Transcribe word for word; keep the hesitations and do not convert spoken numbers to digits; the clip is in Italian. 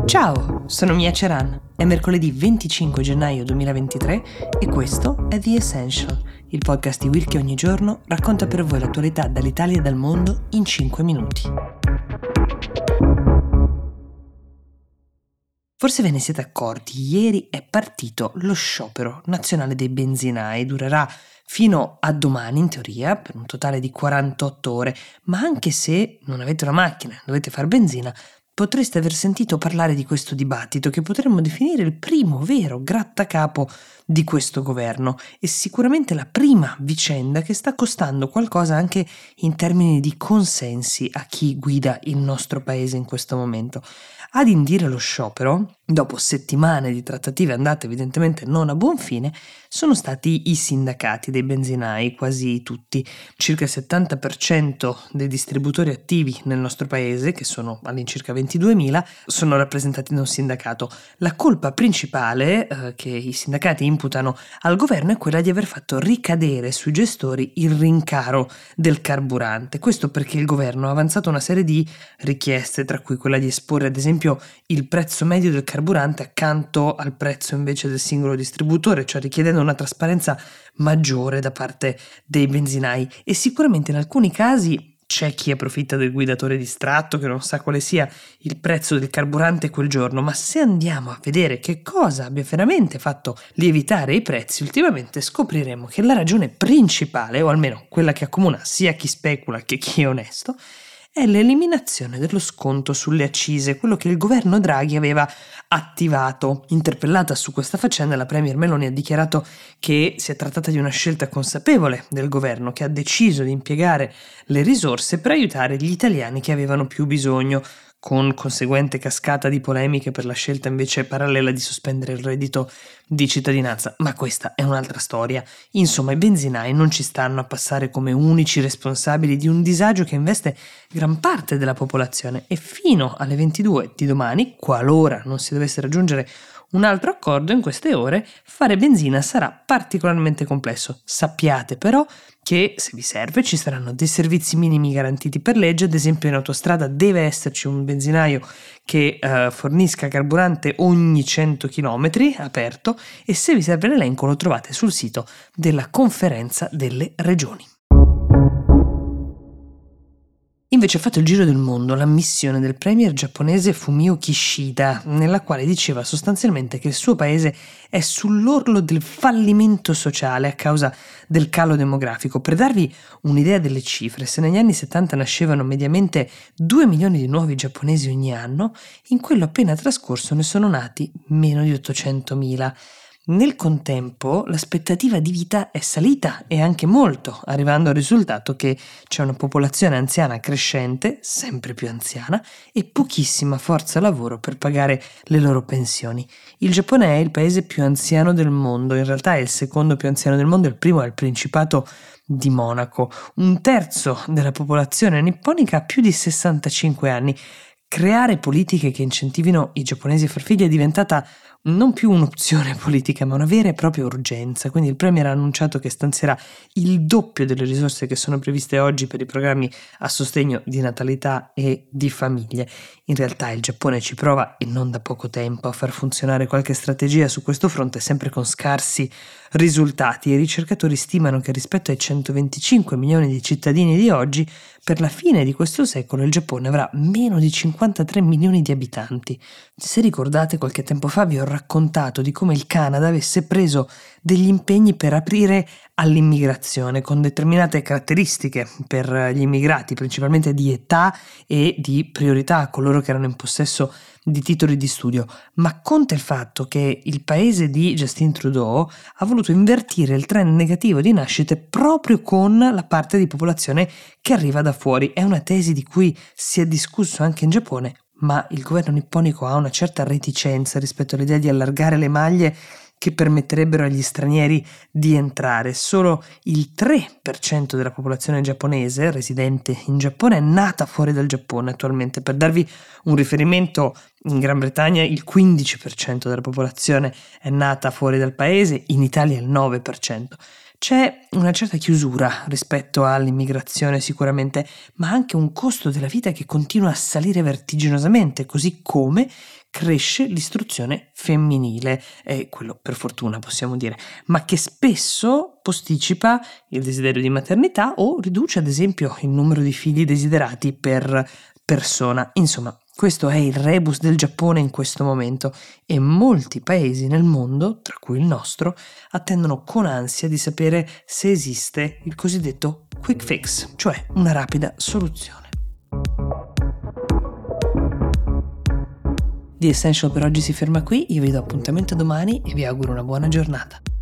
Ciao, sono Mia Ceran. È mercoledì venticinque gennaio duemilaventitré e questo è The Essential, il podcast di Will che ogni giorno racconta per voi l'attualità dall'Italia e dal mondo in cinque minuti. Forse ve ne siete accorti, ieri è partito lo sciopero nazionale dei benzinai, durerà fino a domani in teoria, per un totale di quarantotto ore, ma anche se non avete una macchina e dovete fare benzina, potreste aver sentito parlare di questo dibattito che potremmo definire il primo vero grattacapo di questo governo e sicuramente la prima vicenda che sta costando qualcosa anche in termini di consensi a chi guida il nostro paese in questo momento. Ad indire lo sciopero, dopo settimane di trattative andate evidentemente non a buon fine, sono stati i sindacati dei benzinai, quasi tutti. Circa il settanta per cento dei distributori attivi nel nostro paese, che sono all'incirca ventiduemila, sono rappresentati da un sindacato. La colpa principale eh, che i sindacati imputano al governo è quella di aver fatto ricadere sui gestori il rincaro del carburante. Questo perché il governo ha avanzato una serie di richieste, tra cui quella di esporre ad esempio il prezzo medio del carburante accanto al prezzo invece del singolo distributore, cioè richiedendo una trasparenza maggiore da parte dei benzinai. E sicuramente in alcuni casi c'è chi approfitta del guidatore distratto che non sa quale sia il prezzo del carburante quel giorno, ma se andiamo a vedere che cosa abbia veramente fatto lievitare i prezzi, ultimamente scopriremo che la ragione principale, o almeno quella che accomuna sia chi specula che chi è onesto, è l'eliminazione dello sconto sulle accise, quello che il governo Draghi aveva attivato. Interpellata su questa faccenda, la premier Meloni ha dichiarato che si è trattata di una scelta consapevole del governo che ha deciso di impiegare le risorse per aiutare gli italiani che avevano più bisogno, con conseguente cascata di polemiche per la scelta invece parallela di sospendere il reddito di cittadinanza, ma questa è un'altra storia. Insomma, i benzinai non ci stanno a passare come unici responsabili di un disagio che investe gran parte della popolazione e fino alle ventidue di domani, qualora non si dovesse raggiungere un altro accordo in queste ore, fare benzina sarà particolarmente complesso. Sappiate però che se vi serve ci saranno dei servizi minimi garantiti per legge, ad esempio in autostrada deve esserci un benzinaio che eh, fornisca carburante ogni cento chilometri aperto e se vi serve l'elenco lo trovate sul sito della Conferenza delle Regioni. Invece ha fatto il giro del mondo la missione del premier giapponese Fumio Kishida, nella quale diceva sostanzialmente che il suo paese è sull'orlo del fallimento sociale a causa del calo demografico. Per darvi un'idea delle cifre, se negli anni settanta nascevano mediamente due milioni di nuovi giapponesi ogni anno, in quello appena trascorso ne sono nati meno di ottocentomila. Nel contempo l'aspettativa di vita è salita e anche molto, arrivando al risultato che c'è una popolazione anziana crescente, sempre più anziana, e pochissima forza lavoro per pagare le loro pensioni. Il Giappone è il paese più anziano del mondo, in realtà è il secondo più anziano del mondo, il primo è il Principato di Monaco. Un terzo della popolazione nipponica ha più di sessantacinque anni. Creare politiche che incentivino i giapponesi a far figli è diventata non più un'opzione politica, ma una vera e propria urgenza. Quindi il premier ha annunciato che stanzierà il doppio delle risorse che sono previste oggi per i programmi a sostegno di natalità e di famiglie. In realtà il Giappone ci prova, e non da poco tempo, a far funzionare qualche strategia su questo fronte, sempre con scarsi risultati. I ricercatori stimano che rispetto ai centoventicinque milioni di cittadini di oggi, per la fine di questo secolo il Giappone avrà meno di cinquantatré milioni di abitanti. Se ricordate, qualche tempo fa vi ho raccontato di come il Canada avesse preso degli impegni per aprire all'immigrazione con determinate caratteristiche per gli immigrati, principalmente di età e di priorità a coloro che erano in possesso di titoli di studio, ma conta il fatto che il paese di Justin Trudeau ha voluto invertire il trend negativo di nascite proprio con la parte di popolazione che arriva da fuori. È una tesi di cui si è discusso anche in Giappone, ma il governo nipponico ha una certa reticenza rispetto all'idea di allargare le maglie che permetterebbero agli stranieri di entrare. Solo il tre per cento della popolazione giapponese residente in Giappone è nata fuori dal Giappone attualmente. Per darvi un riferimento, in Gran Bretagna il quindici per cento della popolazione è nata fuori dal paese, in Italia il nove per cento. C'è una certa chiusura rispetto all'immigrazione sicuramente, ma anche un costo della vita che continua a salire vertiginosamente, così come cresce l'istruzione femminile, e quello per fortuna possiamo dire, ma che spesso posticipa il desiderio di maternità o riduce ad esempio il numero di figli desiderati per persona. Insomma, questo è il rebus del Giappone in questo momento e molti paesi nel mondo, tra cui il nostro, attendono con ansia di sapere se esiste il cosiddetto quick fix, cioè una rapida soluzione. The Essential per oggi si ferma qui, io vi do appuntamento domani e vi auguro una buona giornata.